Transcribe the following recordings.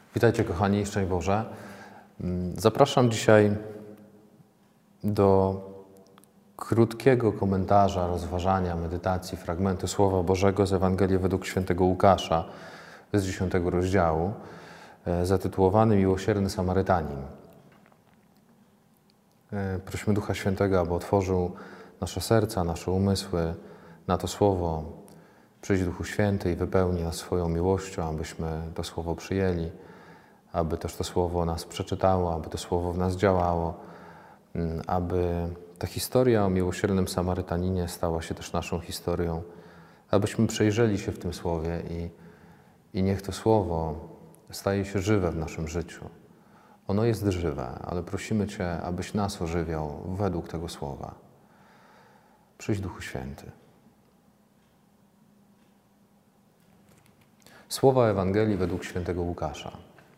Witajcie kochani, szczęść Boże. Zapraszam dzisiaj do krótkiego komentarza, rozważania, medytacji, fragmentu Słowa Bożego z Ewangelii według świętego Łukasza z 10 rozdziału, zatytułowany Miłosierny Samarytanin. Prosimy Ducha Świętego, aby otworzył nasze serca, nasze umysły na to Słowo. Przyjdź Duchu Święty i wypełni nas swoją miłością, abyśmy to Słowo przyjęli, aby też to Słowo nas przeczytało, aby to Słowo w nas działało, aby ta historia o miłosiernym Samarytaninie stała się też naszą historią, abyśmy przejrzeli się w tym Słowie i niech to Słowo staje się żywe w naszym życiu. Ono jest żywe, ale prosimy Cię, abyś nas ożywiał według tego Słowa. Przyjdź Duchu Święty. Słowa Ewangelii według świętego Łukasza.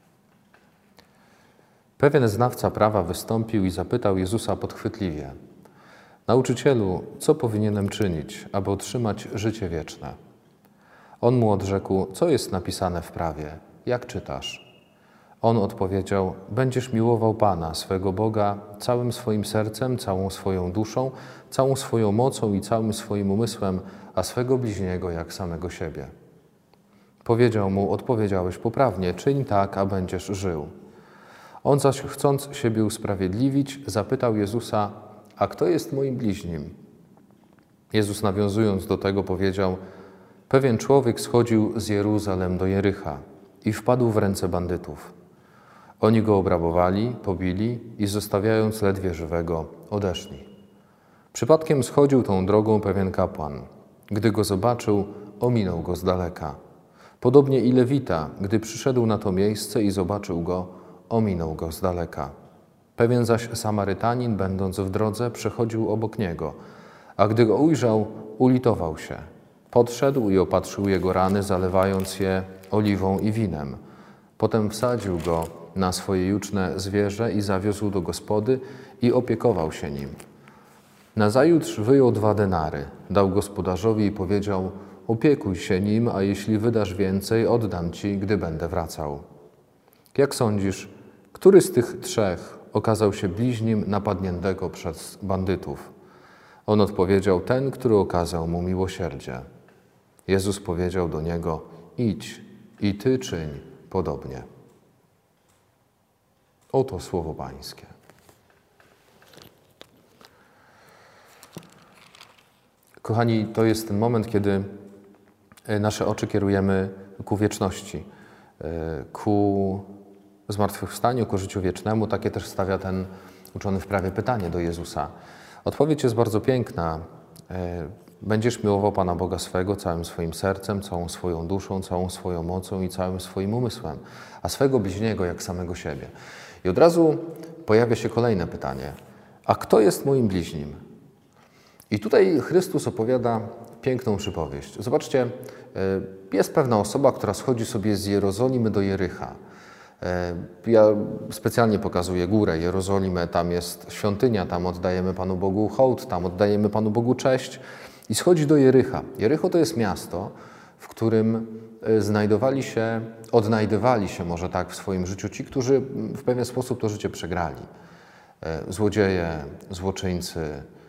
Pewien znawca prawa wystąpił i zapytał Jezusa podchwytliwie: Nauczycielu, co powinienem czynić, aby otrzymać życie wieczne? On mu odrzekł: Co jest napisane w prawie? Jak czytasz? On odpowiedział: Będziesz miłował Pana, swego Boga, całym swoim sercem, całą swoją duszą, całą swoją mocą i całym swoim umysłem, a swego bliźniego jak samego siebie. Powiedział mu: Odpowiedziałeś poprawnie, czyń tak, a będziesz żył. On zaś, chcąc siebie usprawiedliwić, zapytał Jezusa: A kto jest moim bliźnim? Jezus, nawiązując do tego, powiedział: Pewien człowiek schodził z Jeruzalem do Jericha i wpadł w ręce bandytów. Oni go obrabowali, pobili i zostawiając ledwie żywego, odeszli. Przypadkiem schodził tą drogą pewien kapłan. Gdy go zobaczył, ominął go z daleka. Podobnie i Lewita, gdy przyszedł na to miejsce i zobaczył go, ominął go z daleka. Pewien zaś Samarytanin, będąc w drodze, przechodził obok niego, a gdy go ujrzał, ulitował się. Podszedł i opatrzył jego rany, zalewając je oliwą i winem. Potem wsadził go na swoje juczne zwierzę i zawiózł do gospody i opiekował się nim. Nazajutrz wyjął 2 denary, dał gospodarzowi i powiedział: Opiekuj się nim, a jeśli wydasz więcej, oddam ci, gdy będę wracał. Jak sądzisz, który z tych 3 okazał się bliźnim napadniętego przez bandytów? On odpowiedział: Ten, który okazał mu miłosierdzie. Jezus powiedział do niego: Idź i ty czyń podobnie. Oto słowo Pańskie. Kochani, to jest ten moment, kiedy nasze oczy kierujemy ku wieczności, ku zmartwychwstaniu, ku życiu wiecznemu. Takie też stawia ten uczony w prawie pytanie do Jezusa. Odpowiedź jest bardzo piękna. Będziesz miłował Pana Boga swego całym swoim sercem, całą swoją duszą, całą swoją mocą i całym swoim umysłem, a swego bliźniego jak samego siebie. I od razu pojawia się kolejne pytanie. A kto jest moim bliźnim? I tutaj Chrystus opowiada piękną przypowieść. Zobaczcie, jest pewna osoba, która schodzi sobie z Jerozolimy do Jericha. Ja specjalnie pokazuję górę Jerozolimę, tam jest świątynia, tam oddajemy Panu Bogu hołd, tam oddajemy Panu Bogu cześć i schodzi do Jericha. Jericho to jest miasto, w którym odnajdywali się może tak w swoim życiu ci, którzy w pewien sposób to życie przegrali. Złodzieje, złoczyńcy,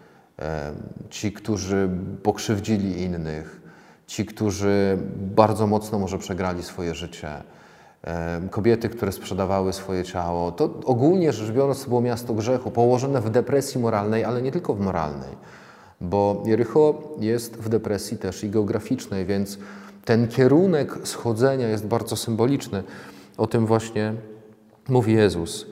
ci, którzy pokrzywdzili innych, ci, którzy bardzo mocno może przegrali swoje życie, kobiety, które sprzedawały swoje ciało. To ogólnie rzecz biorąc to było miasto grzechu, położone w depresji moralnej, ale nie tylko w moralnej, bo Jericho jest w depresji też i geograficznej, więc ten kierunek schodzenia jest bardzo symboliczny. O tym właśnie mówi Jezus.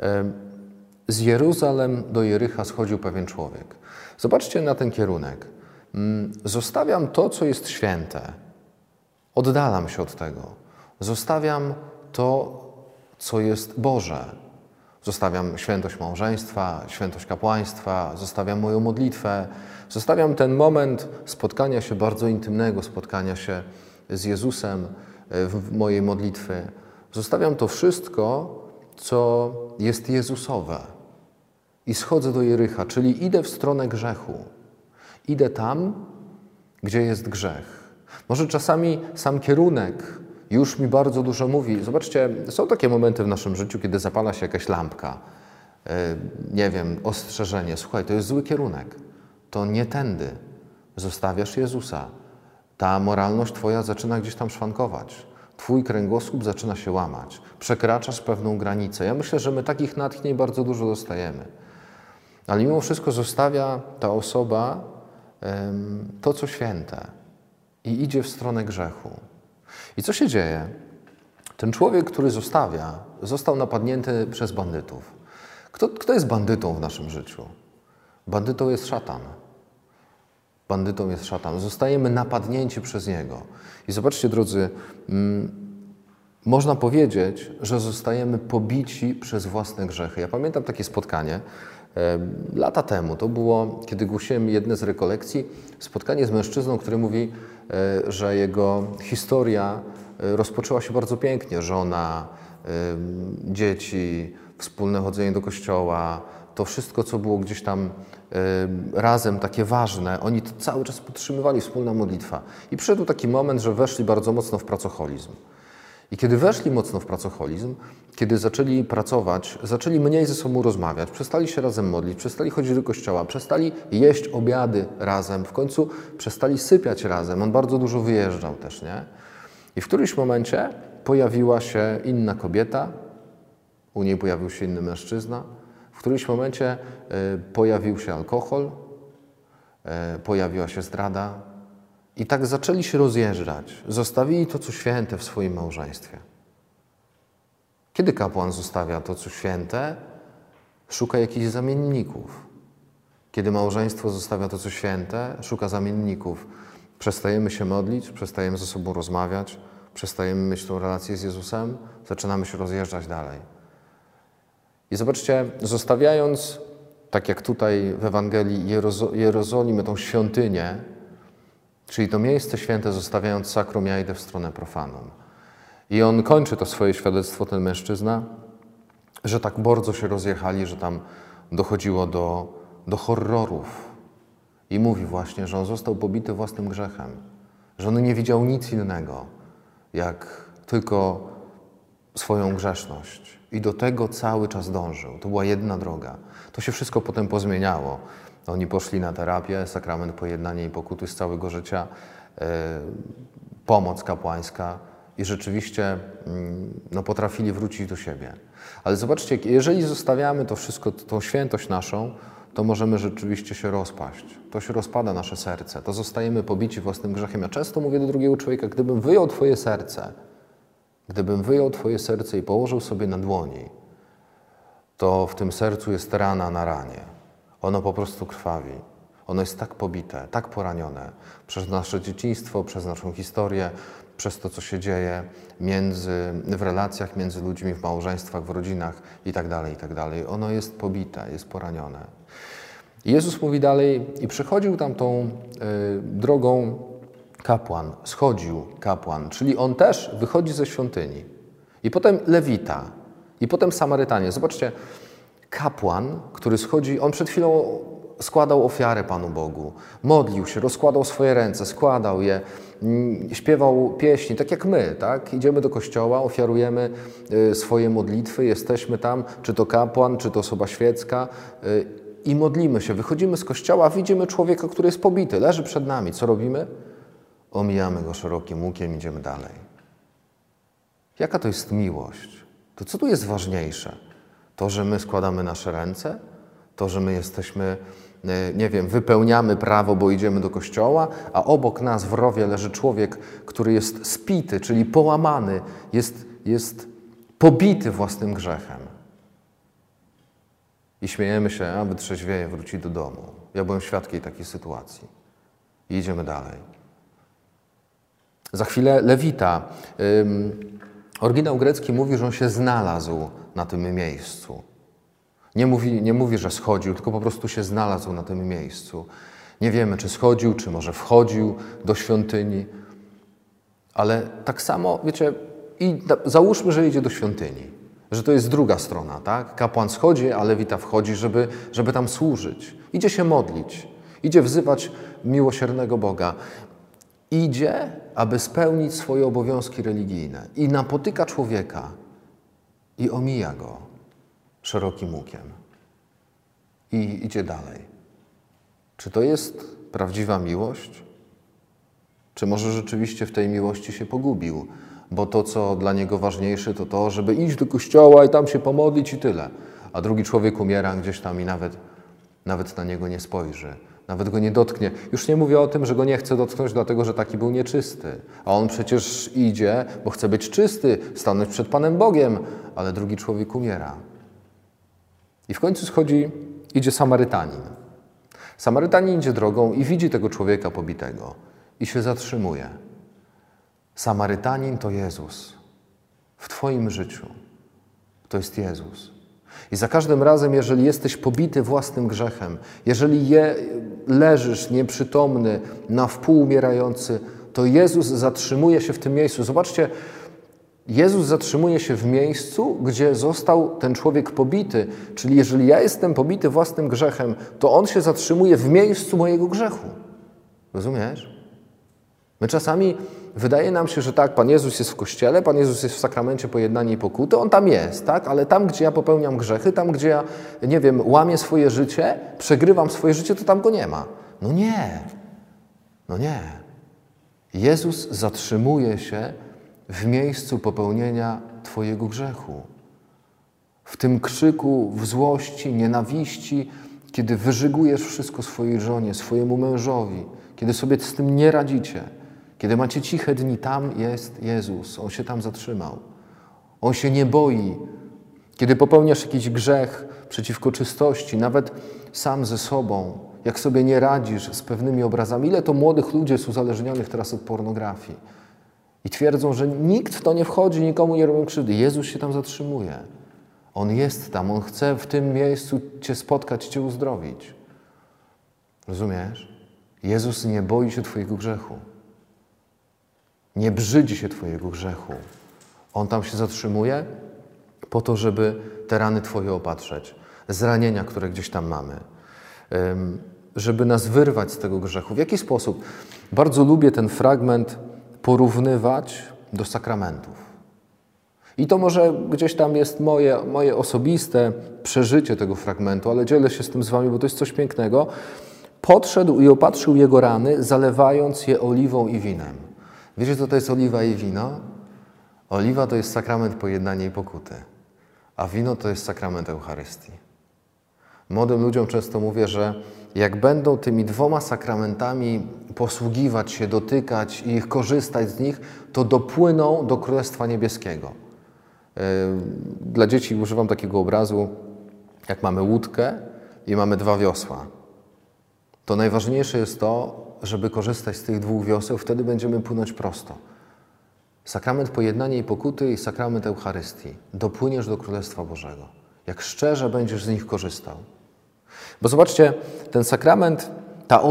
Z Jeruzalem do Jericha schodził pewien człowiek. Zobaczcie na ten kierunek. Zostawiam to, co jest święte. Oddalam się od tego. Zostawiam to, co jest Boże. Zostawiam świętość małżeństwa, świętość kapłaństwa, zostawiam moją modlitwę. Zostawiam ten moment spotkania się bardzo intymnego, spotkania się z Jezusem w mojej modlitwie. Zostawiam to wszystko, co jest Jezusowe. I schodzę do Jericha, czyli idę w stronę grzechu. Idę tam, gdzie jest grzech. Może czasami sam kierunek już mi bardzo dużo mówi. Zobaczcie, są takie momenty w naszym życiu, kiedy zapala się jakaś lampka. Nie wiem, ostrzeżenie. Słuchaj, to jest zły kierunek. To nie tędy. Zostawiasz Jezusa. Ta moralność twoja zaczyna gdzieś tam szwankować. Twój kręgosłup zaczyna się łamać. Przekraczasz pewną granicę. Ja myślę, że my takich natchnień bardzo dużo dostajemy. Ale mimo wszystko zostawia ta osoba to, co święte i idzie w stronę grzechu. I co się dzieje? Ten człowiek, który zostawia, został napadnięty przez bandytów. Kto jest bandytą w naszym życiu? Bandytą jest szatan. Bandytą jest szatan. Zostajemy napadnięci przez niego. I zobaczcie, drodzy, można powiedzieć, że zostajemy pobici przez własne grzechy. Ja pamiętam takie spotkanie lata temu. To było, kiedy głosiłem jedne z rekolekcji, spotkanie z mężczyzną, który mówi, że jego historia rozpoczęła się bardzo pięknie. Żona, dzieci, wspólne chodzenie do kościoła, to wszystko, co było gdzieś tam razem takie ważne, oni to cały czas podtrzymywali, wspólna modlitwa. I przyszedł taki moment, że weszli bardzo mocno w pracoholizm. I kiedy weszli mocno w pracoholizm, kiedy zaczęli pracować, zaczęli mniej ze sobą rozmawiać, przestali się razem modlić, przestali chodzić do kościoła, przestali jeść obiady razem, w końcu przestali sypiać razem. On bardzo dużo wyjeżdżał też, nie? I w którymś momencie pojawiła się inna kobieta, u niej pojawił się inny mężczyzna, w którymś momencie pojawił się alkohol, pojawiła się zdrada i tak zaczęli się rozjeżdżać. Zostawili to, co święte w swoim małżeństwie. Kiedy kapłan zostawia to, co święte, szuka jakichś zamienników. Kiedy małżeństwo zostawia to, co święte, szuka zamienników. Przestajemy się modlić, przestajemy ze sobą rozmawiać, przestajemy mieć tą relację z Jezusem, zaczynamy się rozjeżdżać dalej. I zobaczcie, zostawiając, tak jak tutaj w Ewangelii, Jerozolimę, tą świątynię, czyli to miejsce święte, zostawiając sakrum, ja idę w stronę profanum. I on kończy to swoje świadectwo, ten mężczyzna, że tak bardzo się rozjechali, że tam dochodziło do horrorów. I mówi właśnie, że on został pobity własnym grzechem, że on nie widział nic innego, jak tylko swoją grzeszność. I do tego cały czas dążył. To była jedna droga. To się wszystko potem pozmieniało. Oni poszli na terapię, sakrament pojednania i pokuty z całego życia, pomoc kapłańska i rzeczywiście potrafili wrócić do siebie. Ale zobaczcie, jeżeli zostawiamy to wszystko, tą świętość naszą, to możemy rzeczywiście się rozpaść. To się rozpada nasze serce. To zostajemy pobici własnym grzechem. Ja często mówię do drugiego człowieka, gdybym wyjął Twoje serce i położył sobie na dłoni, to w tym sercu jest rana na ranie. Ono po prostu krwawi. Ono jest tak pobite, tak poranione przez nasze dzieciństwo, przez naszą historię, przez to, co się dzieje w relacjach między ludźmi, w małżeństwach, w rodzinach itd., itd. Ono jest pobite, jest poranione. I Jezus mówi dalej, i przychodził tam tą drogą kapłan, schodził kapłan, czyli on też wychodzi ze świątyni. I potem Lewita, i potem Samarytanie. Zobaczcie, kapłan, który schodzi, on przed chwilą składał ofiarę Panu Bogu, modlił się, rozkładał swoje ręce, składał je, śpiewał pieśni, tak jak my, tak? Idziemy do kościoła, ofiarujemy swoje modlitwy, jesteśmy tam, czy to kapłan, czy to osoba świecka i modlimy się. Wychodzimy z kościoła, widzimy człowieka, który jest pobity, leży przed nami. Co robimy? Omijamy go szerokim łukiem, idziemy dalej. Jaka to jest miłość? To co tu jest ważniejsze? To, że my składamy nasze ręce? To, że my jesteśmy, nie wiem, wypełniamy prawo, bo idziemy do kościoła, a obok nas w rowie leży człowiek, który jest spity, czyli połamany, jest pobity własnym grzechem. I śmiejemy się, a wytrzeźwieje, wróci do domu. Ja byłem świadkiem takiej sytuacji. I idziemy dalej. Za chwilę Lewita. Oryginał grecki mówi, że on się znalazł na tym miejscu. Nie mówi, że schodził, tylko po prostu się znalazł na tym miejscu. Nie wiemy, czy schodził, czy może wchodził do świątyni. Ale tak samo, wiecie, załóżmy, że idzie do świątyni. Że to jest druga strona, tak? Kapłan schodzi, a Lewita wchodzi, żeby tam służyć. Idzie się modlić. Idzie wzywać miłosiernego Boga. Idzie aby spełnić swoje obowiązki religijne i napotyka człowieka i omija go szerokim łukiem i idzie dalej. Czy to jest prawdziwa miłość? Czy może rzeczywiście w tej miłości się pogubił? Bo to, co dla niego ważniejsze, to to, żeby iść do kościoła i tam się pomodlić i tyle. A drugi człowiek umiera gdzieś tam i nawet na niego nie spojrzy. Nawet go nie dotknie. Już nie mówię o tym, że go nie chce dotknąć, dlatego że taki był nieczysty. A on przecież idzie, bo chce być czysty, stanąć przed Panem Bogiem, ale drugi człowiek umiera. I w końcu idzie Samarytanin. Samarytanin idzie drogą i widzi tego człowieka pobitego i się zatrzymuje. Samarytanin to Jezus. W Twoim życiu to jest Jezus. I za każdym razem, jeżeli jesteś pobity własnym grzechem, jeżeli leżysz nieprzytomny, na wpół umierający, to Jezus zatrzymuje się w tym miejscu. Zobaczcie, Jezus zatrzymuje się w miejscu, gdzie został ten człowiek pobity. Czyli jeżeli ja jestem pobity własnym grzechem, to On się zatrzymuje w miejscu mojego grzechu. Rozumiesz? My czasami wydaje nam się, że tak, Pan Jezus jest w Kościele, Pan Jezus jest w sakramencie pojednania i pokuty, On tam jest, tak? Ale tam, gdzie ja popełniam grzechy, tam, gdzie ja, nie wiem, łamię swoje życie, przegrywam swoje życie, to tam Go nie ma. No nie. No nie. Jezus zatrzymuje się w miejscu popełnienia Twojego grzechu. W tym krzyku, w złości, nienawiści, kiedy wyżygujesz wszystko swojej żonie, swojemu mężowi, kiedy sobie z tym nie radzicie, kiedy macie ciche dni, tam jest Jezus. On się tam zatrzymał. On się nie boi. Kiedy popełniasz jakiś grzech przeciwko czystości, nawet sam ze sobą, jak sobie nie radzisz z pewnymi obrazami. Ile to młodych ludzi jest uzależnionych teraz od pornografii i twierdzą, że nikt w to nie wchodzi, nikomu nie robią krzywdy. Jezus się tam zatrzymuje. On jest tam. On chce w tym miejscu Cię spotkać, Cię uzdrowić. Rozumiesz? Jezus nie boi się Twojego grzechu. Nie brzydzi się Twojego grzechu. On tam się zatrzymuje po to, żeby te rany Twoje opatrzeć, zranienia, które gdzieś tam mamy, żeby nas wyrwać z tego grzechu. W jaki sposób? Bardzo lubię ten fragment porównywać do sakramentów. I to może gdzieś tam jest moje osobiste przeżycie tego fragmentu, ale dzielę się z tym z Wami, bo to jest coś pięknego. Podszedł i opatrzył jego rany, zalewając je oliwą i winem. Wiecie, co to jest oliwa i wino? Oliwa to jest sakrament pojednania i pokuty, a wino to jest sakrament Eucharystii. Młodym ludziom często mówię, że jak będą tymi dwoma sakramentami posługiwać się, dotykać i korzystać z nich, to dopłyną do Królestwa Niebieskiego. Dla dzieci używam takiego obrazu, jak mamy łódkę i mamy dwa wiosła. To najważniejsze jest to, żeby korzystać z tych dwóch wioseł, wtedy będziemy płynąć prosto. Sakrament pojednania i pokuty i sakrament Eucharystii. Dopłyniesz do Królestwa Bożego. Jak szczerze będziesz z nich korzystał. Bo zobaczcie, ten sakrament, ta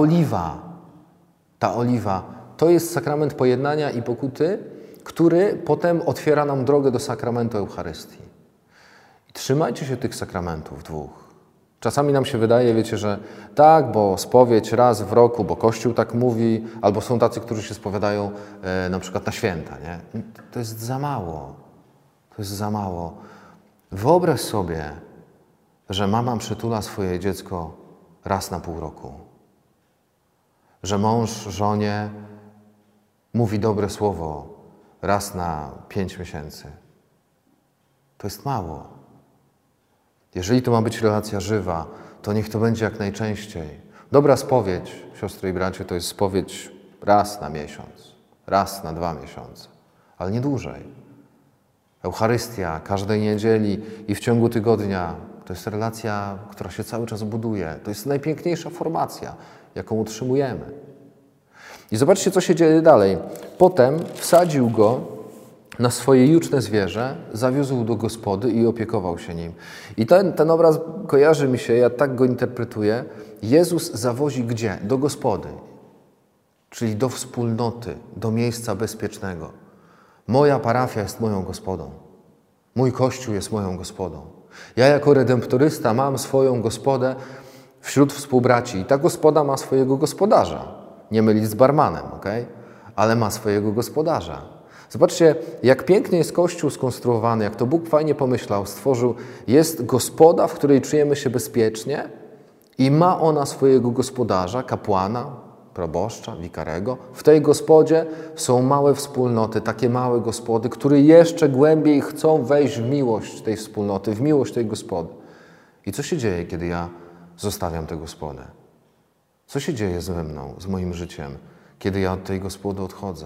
oliwa, to jest sakrament pojednania i pokuty, który potem otwiera nam drogę do sakramentu Eucharystii. I trzymajcie się tych sakramentów dwóch. Czasami nam się wydaje, wiecie, że tak, bo spowiedź raz w roku, bo Kościół tak mówi, albo są tacy, którzy się spowiadają na przykład na święta, nie? To jest za mało. To jest za mało. Wyobraź sobie, że mama przytula swoje dziecko raz na pół roku. Że mąż żonie mówi dobre słowo raz na 5 miesięcy. To jest mało. Jeżeli to ma być relacja żywa, to niech to będzie jak najczęściej. Dobra spowiedź, siostry i bracia, to jest spowiedź raz na miesiąc, raz na 2 miesiące, ale nie dłużej. Eucharystia każdej niedzieli i w ciągu tygodnia to jest relacja, która się cały czas buduje. To jest najpiękniejsza formacja, jaką utrzymujemy. I zobaczcie, co się dzieje dalej. Potem wsadził go na swoje juczne zwierzę, zawiózł do gospody i opiekował się nim. I ten obraz kojarzy mi się, ja tak go interpretuję. Jezus zawozi gdzie? Do gospody, czyli do wspólnoty, do miejsca bezpiecznego. Moja parafia jest moją gospodą. Mój Kościół jest moją gospodą. Ja jako redemptorysta mam swoją gospodę wśród współbraci i ta gospoda ma swojego gospodarza. Nie mylić z barmanem, okej? ale ma swojego gospodarza. Zobaczcie, jak pięknie jest Kościół skonstruowany, jak to Bóg fajnie pomyślał, stworzył. Jest gospoda, w której czujemy się bezpiecznie i ma ona swojego gospodarza, kapłana, proboszcza, wikarego. W tej gospodzie są małe wspólnoty, takie małe gospody, które jeszcze głębiej chcą wejść w miłość tej wspólnoty, w miłość tej gospody. I co się dzieje, kiedy ja zostawiam tę gospodę? Co się dzieje ze mną, z moim życiem, kiedy ja od tej gospody odchodzę?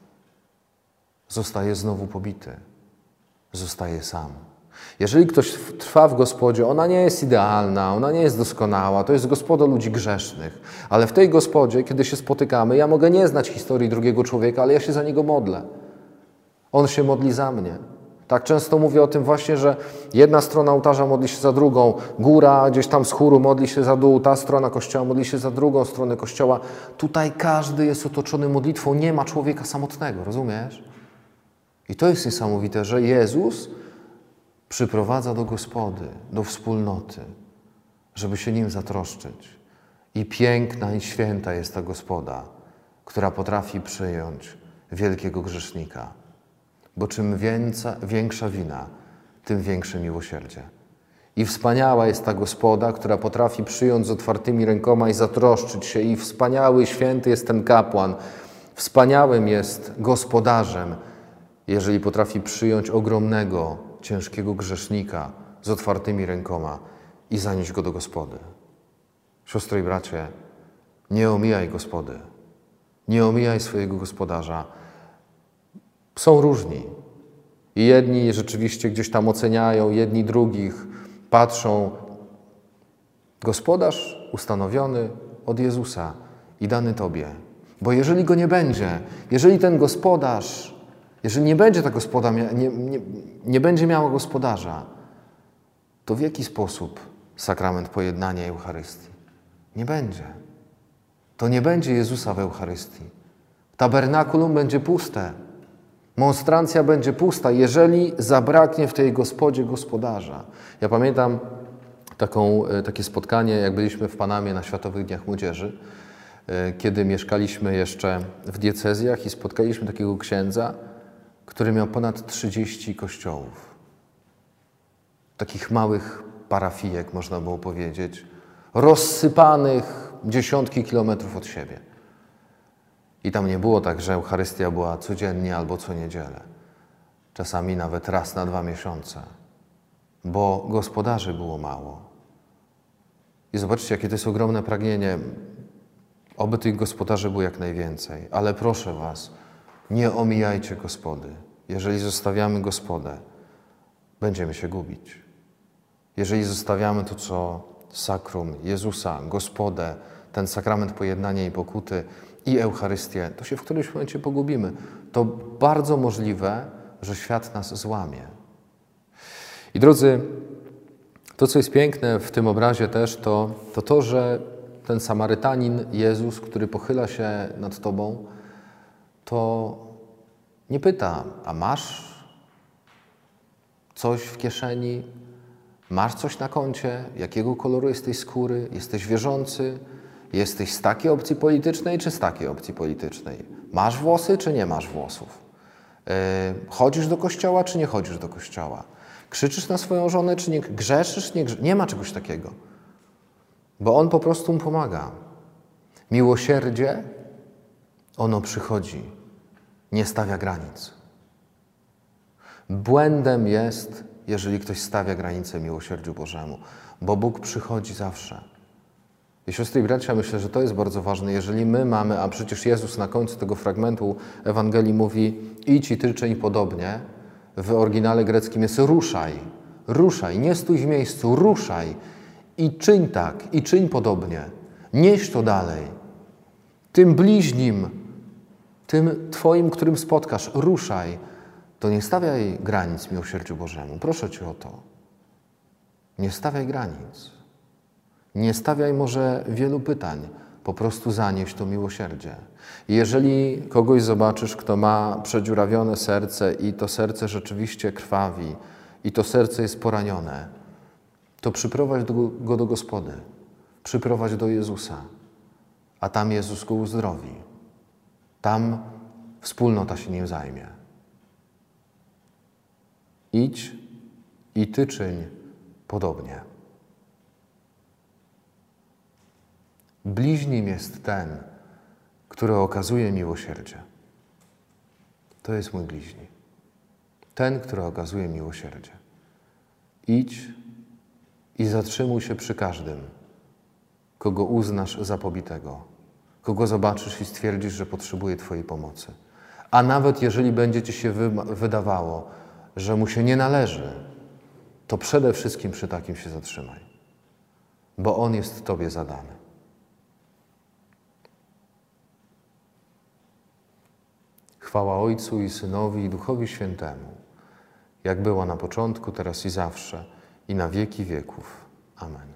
Zostaję znowu pobity. Zostaję sam. Jeżeli ktoś trwa w gospodzie, ona nie jest idealna, ona nie jest doskonała, to jest gospoda ludzi grzesznych. Ale w tej gospodzie, kiedy się spotykamy, ja mogę nie znać historii drugiego człowieka, ale ja się za niego modlę. On się modli za mnie. Tak często mówię o tym właśnie, że jedna strona ołtarza modli się za drugą, góra gdzieś tam z chóru modli się za dół, ta strona kościoła modli się za drugą stronę kościoła. Tutaj każdy jest otoczony modlitwą, nie ma człowieka samotnego, rozumiesz? I to jest niesamowite, że Jezus przyprowadza do gospody, do wspólnoty, żeby się nim zatroszczyć. I piękna i święta jest ta gospoda, która potrafi przyjąć wielkiego grzesznika. Bo czym większa wina, tym większe miłosierdzie. I wspaniała jest ta gospoda, która potrafi przyjąć z otwartymi rękoma i zatroszczyć się. I wspaniały, święty jest ten kapłan. Wspaniałym jest gospodarzem, jeżeli potrafi przyjąć ogromnego, ciężkiego grzesznika z otwartymi rękoma i zanieść go do gospody. Siostry i bracie, nie omijaj gospody. Nie omijaj swojego gospodarza. Są różni. I jedni rzeczywiście gdzieś tam oceniają, jedni drugich patrzą. Gospodarz ustanowiony od Jezusa i dany Tobie. Bo jeżeli Go nie będzie, jeżeli ten gospodarz, jeżeli nie będzie ta gospoda, nie będzie miała gospodarza, to w jaki sposób sakrament pojednania i Eucharystii? Nie będzie. To nie będzie Jezusa w Eucharystii. Tabernakulum będzie puste. Monstrancja będzie pusta, jeżeli zabraknie w tej gospodzie gospodarza. Ja pamiętam takie spotkanie, jak byliśmy w Panamie na Światowych Dniach Młodzieży, kiedy mieszkaliśmy jeszcze w diecezjach i spotkaliśmy takiego księdza, który miał ponad 30 kościołów. Takich małych parafijek, można było powiedzieć, rozsypanych dziesiątki kilometrów od siebie. I tam nie było tak, że Eucharystia była codziennie albo co niedzielę. Czasami nawet raz na 2 miesiące. Bo gospodarzy było mało. I zobaczcie, jakie to jest ogromne pragnienie. Oby tych gospodarzy było jak najwięcej. Ale proszę was, nie omijajcie gospody. Jeżeli zostawiamy gospodę, będziemy się gubić. Jeżeli zostawiamy to, co sakrum Jezusa, gospodę, ten sakrament pojednania i pokuty i Eucharystię, to się w którymś momencie pogubimy. To bardzo możliwe, że świat nas złamie. I drodzy, to, co jest piękne w tym obrazie też, to, że ten Samarytanin, Jezus, który pochyla się nad Tobą, to nie pyta, a masz coś w kieszeni? Masz coś na koncie? Jakiego koloru jest tej skóry? Jesteś wierzący? Jesteś z takiej opcji politycznej, czy z takiej opcji politycznej? Masz włosy, czy nie masz włosów? Chodzisz do kościoła, czy nie chodzisz do kościoła? Krzyczysz na swoją żonę, czy nie grzeszysz? Nie ma czegoś takiego. Bo On po prostu mu pomaga. Miłosierdzie, ono przychodzi, nie stawia granic. Błędem jest, jeżeli ktoś stawia granice miłosierdziu Bożemu, bo Bóg przychodzi zawsze. I siostry i bracia, myślę, że to jest bardzo ważne. Jeżeli my mamy, a przecież Jezus na końcu tego fragmentu Ewangelii mówi idź i ty czyń podobnie, w oryginale greckim jest ruszaj, ruszaj, nie stój w miejscu, ruszaj i czyń tak, i czyń podobnie. Nieś to dalej. Tym bliźnim, tym Twoim, którym spotkasz, ruszaj. To nie stawiaj granic miłosierdziu Bożemu. Proszę Cię o to. Nie stawiaj granic. Nie stawiaj może wielu pytań. Po prostu zanieś to miłosierdzie. I jeżeli kogoś zobaczysz, kto ma przedziurawione serce i to serce rzeczywiście krwawi i to serce jest poranione, to przyprowadź go do gospody. Przyprowadź do Jezusa. A tam Jezus go uzdrowi. Tam wspólnota się nim zajmie. Idź i Ty czyń podobnie. Bliźnim jest ten, który okazuje miłosierdzie. To jest mój bliźni. Ten, który okazuje miłosierdzie. Idź i zatrzymuj się przy każdym, kogo uznasz za pobitego, kogo zobaczysz i stwierdzisz, że potrzebuje Twojej pomocy. A nawet jeżeli będzie Ci się wydawało, że mu się nie należy, to przede wszystkim przy takim się zatrzymaj, bo on jest Tobie zadany. Chwała Ojcu i Synowi i Duchowi Świętemu, jak była na początku, teraz i zawsze, i na wieki wieków. Amen.